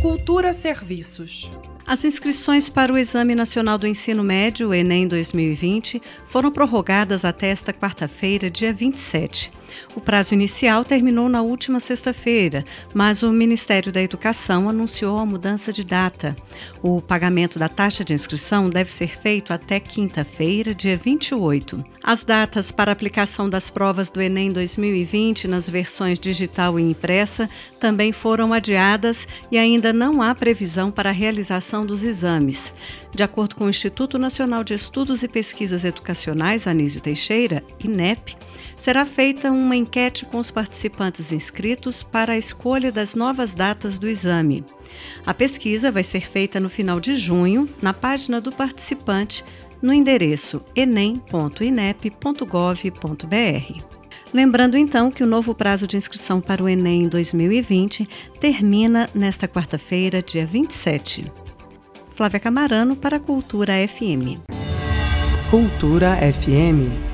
Cultura Serviços. As inscrições para o Exame Nacional do Ensino Médio, o Enem 2020, foram prorrogadas até esta quarta-feira, dia 27. O prazo inicial terminou na última sexta-feira, mas o Ministério da Educação anunciou a mudança de data. O pagamento da taxa de inscrição deve ser feito até quinta-feira, dia 28. As datas para aplicação das provas do Enem 2020 nas versões digital e impressa também foram adiadas e ainda não há previsão para a realização dos exames. De acordo com o Instituto Nacional de Estudos e Pesquisas Educacionais, Anísio Teixeira, INEP, será feita uma enquete com os participantes inscritos para a escolha das novas datas do exame. A pesquisa vai ser feita no final de junho, na página do participante, no endereço enem.inep.gov.br. Lembrando então que o novo prazo de inscrição para o Enem 2020 termina nesta quarta-feira, dia 27. Flávia Camarano para a Cultura FM. Cultura FM.